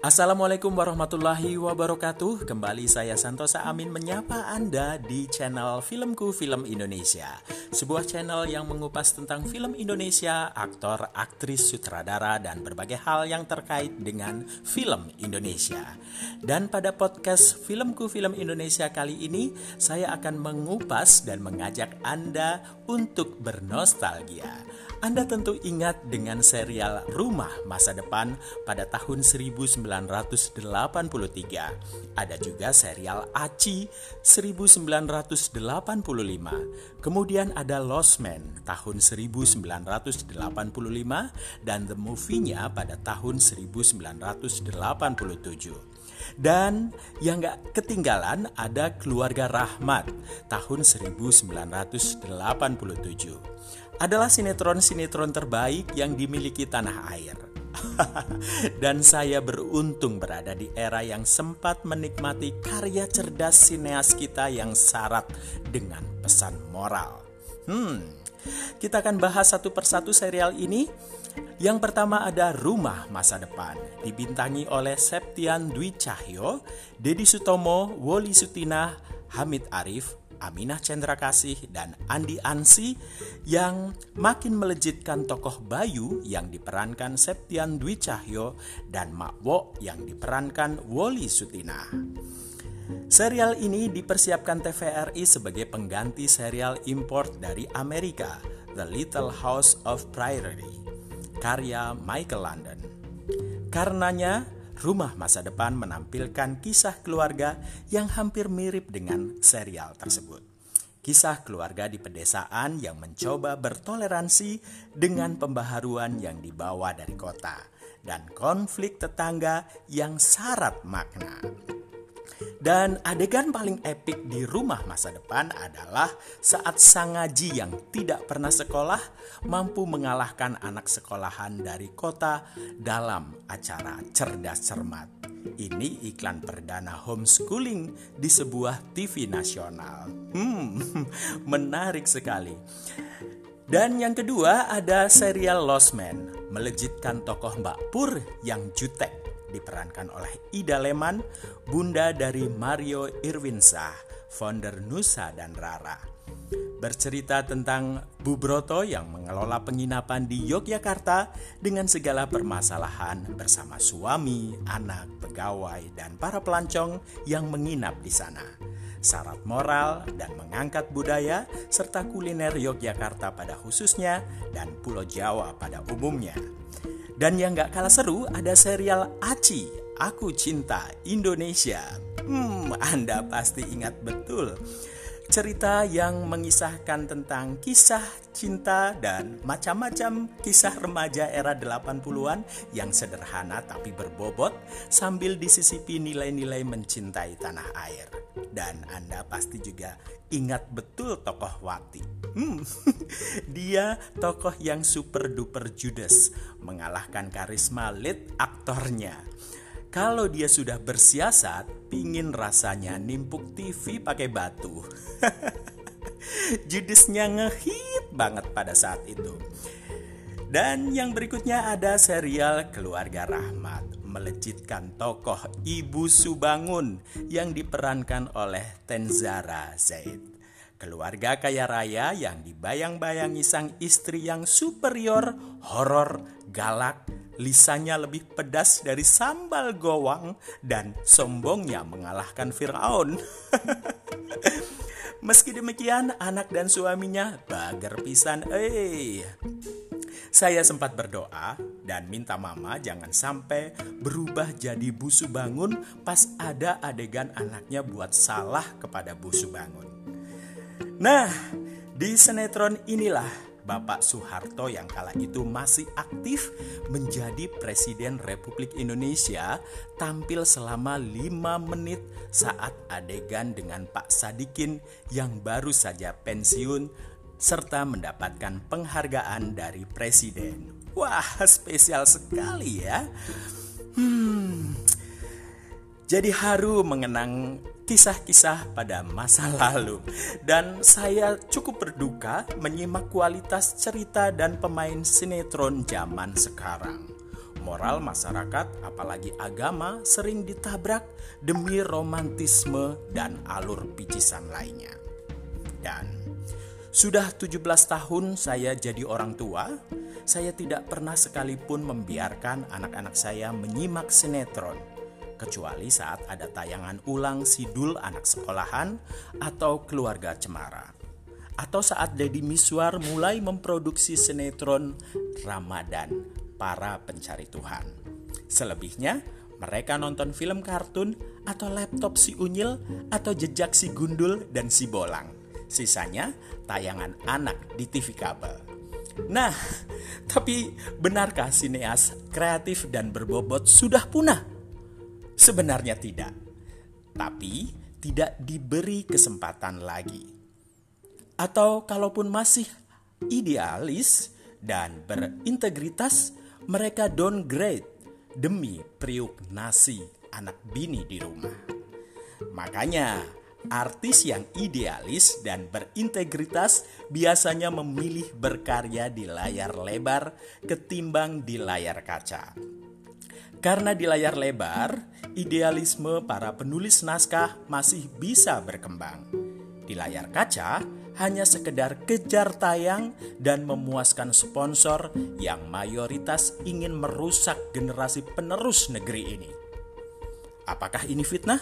Assalamualaikum warahmatullahi wabarakatuh. Kembali saya Santosa Amin menyapa Anda di channel Filmku Film Indonesia. Sebuah channel yang mengupas tentang film Indonesia, aktor, aktris, sutradara, dan berbagai hal yang terkait dengan film Indonesia. Dan pada podcast Filmku Film Indonesia kali ini, saya akan mengupas dan mengajak Anda untuk bernostalgia. Anda tentu ingat dengan serial Rumah Masa Depan pada tahun 1983. Ada juga serial Aci 1985. Kemudian ada Lost Man tahun 1985 dan The Movie-nya pada tahun 1987. Dan yang gak ketinggalan ada Keluarga Rahmat tahun 1987. Adalah sinetron-sinetron terbaik yang dimiliki tanah air. Dan saya beruntung berada di era yang sempat menikmati karya cerdas sineas kita yang syarat dengan pesan moral. Kita akan bahas satu persatu serial ini. Yang pertama ada Rumah Masa Depan, dibintangi oleh Septian Dwi Cahyo, Deddy Sutomo, Woli Sutina, Hamid Arif, Aminah Cendrakasih, dan Andi Ansi yang makin melejitkan tokoh Bayu yang diperankan Septian Dwi Cahyo dan Mak Wo yang diperankan Woli Sutina. Serial ini dipersiapkan TVRI sebagai pengganti serial import dari Amerika, The Little House of Prairie, karya Michael Landon. Karenanya, Rumah Masa Depan menampilkan kisah keluarga yang hampir mirip dengan serial tersebut. Kisah keluarga di pedesaan yang mencoba bertoleransi dengan pembaharuan yang dibawa dari kota dan konflik tetangga yang syarat makna. Dan adegan paling epik di Rumah Masa Depan adalah saat Sang Ngaji yang tidak pernah sekolah mampu mengalahkan anak sekolahan dari kota dalam acara Cerdas Cermat. Ini iklan perdana homeschooling di sebuah TV nasional. Menarik sekali. Dan yang kedua ada serial Lost Man, melejitkan tokoh Mbak Pur yang jutek, diperankan oleh Ida Leman, bunda dari Mario Irwinsyah, founder Nusa dan Rara. Bercerita tentang Bu Broto yang mengelola penginapan di Yogyakarta dengan segala permasalahan bersama suami, anak, pegawai, dan para pelancong yang menginap di sana. Syarat moral dan mengangkat budaya serta kuliner Yogyakarta pada khususnya dan Pulau Jawa pada umumnya. Dan yang gak kalah seru ada serial Aci, Aku Cinta Indonesia. Anda pasti ingat betul. Cerita yang mengisahkan tentang kisah cinta dan macam-macam kisah remaja era 80-an yang sederhana tapi berbobot sambil disisipi nilai-nilai mencintai tanah air. Dan Anda pasti juga ingat betul tokoh Wati. Dia tokoh yang super duper judes, mengalahkan karisma lead aktornya. Kalau dia sudah bersiasat, pingin rasanya nimpuk TV pakai batu. Judesnya ngehit banget pada saat itu. Dan yang berikutnya ada serial Keluarga Rahmat, melejitkan tokoh Ibu Subangun yang diperankan oleh Tenzara Zaid. Keluarga kaya raya yang dibayang-bayangi sang istri yang superior, horor, galak, lisannya lebih pedas dari sambal gowang, dan sombongnya mengalahkan Fir'aun. Meski demikian, anak dan suaminya bager pisan. Saya sempat berdoa dan minta mama jangan sampai berubah jadi Bu Subangun pas ada adegan anaknya buat salah kepada Bu Subangun. Nah, di sinetron inilah Bapak Soeharto yang kala itu masih aktif menjadi Presiden Republik Indonesia tampil selama 5 menit saat adegan dengan Pak Sadikin yang baru saja pensiun serta mendapatkan penghargaan dari Presiden. Wah, spesial sekali ya. Jadi haru mengenang kisah-kisah pada masa lalu. Dan saya cukup berduka menyimak kualitas cerita dan pemain sinetron zaman sekarang. Moral masyarakat, apalagi agama, sering ditabrak demi romantisme dan alur picisan lainnya. Dan sudah 17 tahun saya jadi orang tua, saya tidak pernah sekalipun membiarkan anak-anak saya menyimak sinetron, kecuali saat ada tayangan ulang Sidul Anak Sekolahan atau Keluarga Cemara, atau saat Deddy Miswar mulai memproduksi sinetron Ramadan Para Pencari Tuhan. Selebihnya, mereka nonton film kartun atau laptop si Unyil atau jejak si Gundul dan si Bolang. Sisanya tayangan anak di TV kabel. Nah, tapi benarkah sineas kreatif dan berbobot sudah punah? Sebenarnya tidak. Tapi tidak diberi kesempatan lagi. Atau kalaupun masih idealis dan berintegritas, mereka downgrade demi periuk nasi anak bini di rumah. Makanya artis yang idealis dan berintegritas biasanya memilih berkarya di layar lebar ketimbang di layar kaca. Karena di layar lebar, idealisme para penulis naskah masih bisa berkembang. Di layar kaca, hanya sekedar kejar tayang dan memuaskan sponsor yang mayoritas ingin merusak generasi penerus negeri ini. Apakah ini fitnah?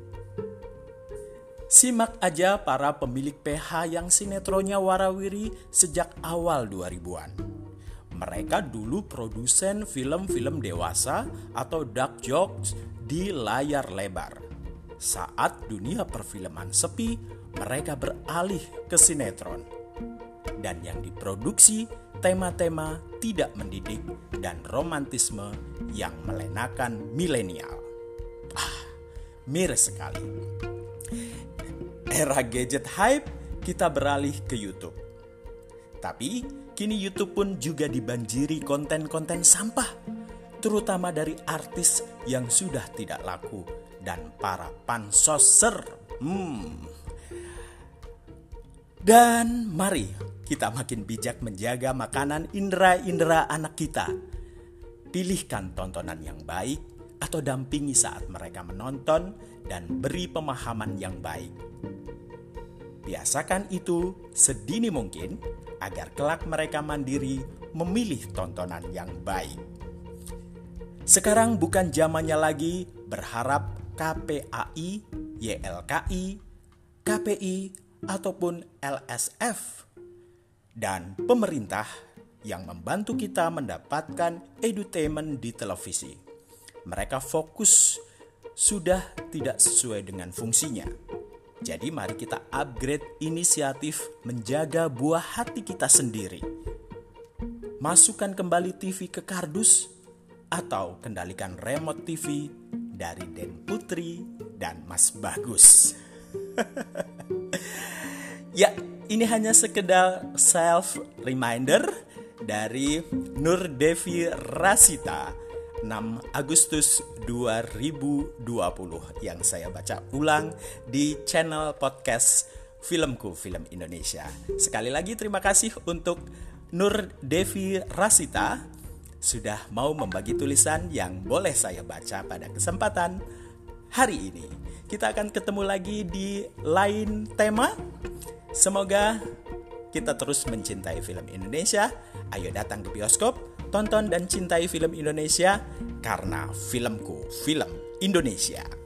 Simak aja para pemilik PH yang sinetronnya warawiri sejak awal 2000-an. Mereka dulu produsen film-film dewasa atau dark jokes di layar lebar. Saat dunia perfilman sepi, mereka beralih ke sinetron. Dan yang diproduksi tema-tema tidak mendidik dan romantisme yang melenakan milenial. Miris sekali. Era gadget hype, kita beralih ke YouTube. Tapi kini YouTube pun juga dibanjiri konten-konten sampah, terutama dari artis yang sudah tidak laku dan para pansoser. Dan mari kita makin bijak menjaga makanan indera-indera anak kita. Pilihkan tontonan yang baik atau dampingi saat mereka menonton dan beri pemahaman yang baik. Biasakan itu sedini mungkin agar kelak mereka mandiri memilih tontonan yang baik. Sekarang bukan zamannya lagi berharap KPAI, YLKI, KPI, ataupun LSF dan pemerintah yang membantu kita mendapatkan edutainment di televisi. Mereka fokus sudah tidak sesuai dengan fungsinya. Jadi mari kita upgrade inisiatif menjaga buah hati kita sendiri. Masukkan kembali TV ke kardus atau kendalikan remote TV dari Den Putri dan Mas Bagus. Ya, ini hanya sekedar self reminder dari Nur Devi Rasita 6 Agustus 2020 yang saya baca ulang di channel podcast Filmku Film Indonesia. Sekali lagi terima kasih untuk Nur Devi Rasita sudah mau membagi tulisan yang boleh saya baca pada kesempatan hari ini. Kita akan ketemu lagi di lain tema. Semoga kita terus mencintai film Indonesia. Ayo datang ke bioskop, tonton dan cintai film Indonesia karena filmku, film Indonesia.